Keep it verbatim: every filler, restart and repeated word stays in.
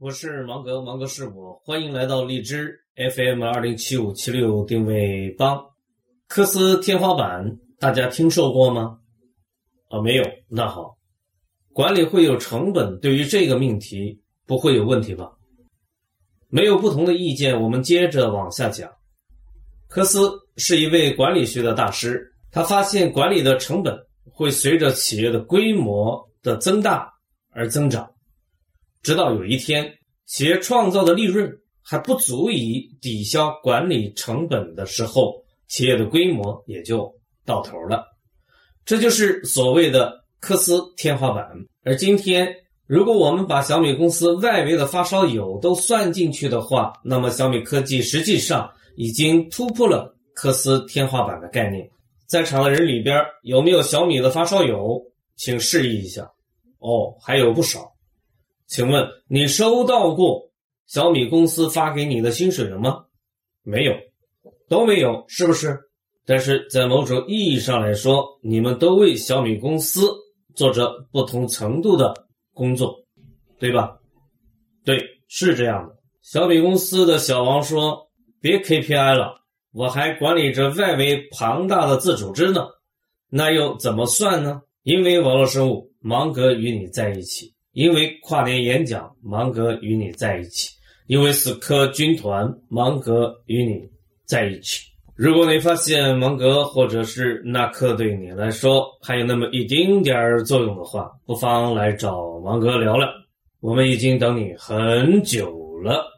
我是芒格，芒格是我，欢迎来到荔枝 F M 二零七五七六定位帮。科斯天花板大家听说过吗？啊，没有，那好。管理会有成本，对于这个命题不会有问题吧？没有不同的意见，我们接着往下讲。科斯是一位管理学的大师，他发现管理的成本会随着企业的规模的增大而增长，直到有一天企业创造的利润还不足以抵消管理成本的时候，企业的规模也就到头了。这就是所谓的科斯天花板。而今天如果我们把小米公司外围的发烧友都算进去的话，那么小米科技实际上已经突破了科斯天花板的概念。在场的人里边有没有小米的发烧友？请示意一下。哦，还有不少。请问你收到过小米公司发给你的薪水了吗？没有，都没有，是不是？但是在某种意义上来说，你们都为小米公司做着不同程度的工作，对吧？对，是这样的。小米公司的小王说，别 K P I 了，我还管理着外围庞大的自组织呢。那又怎么算呢？因为网络生物，芒格与你在一起；因为跨年演讲，芒格与你在一起；因为死磕军团，芒格与你在一起。如果你发现芒格或者是纳克对你来说还有那么一丁点儿作用的话，不妨来找芒格聊聊，我们已经等你很久了。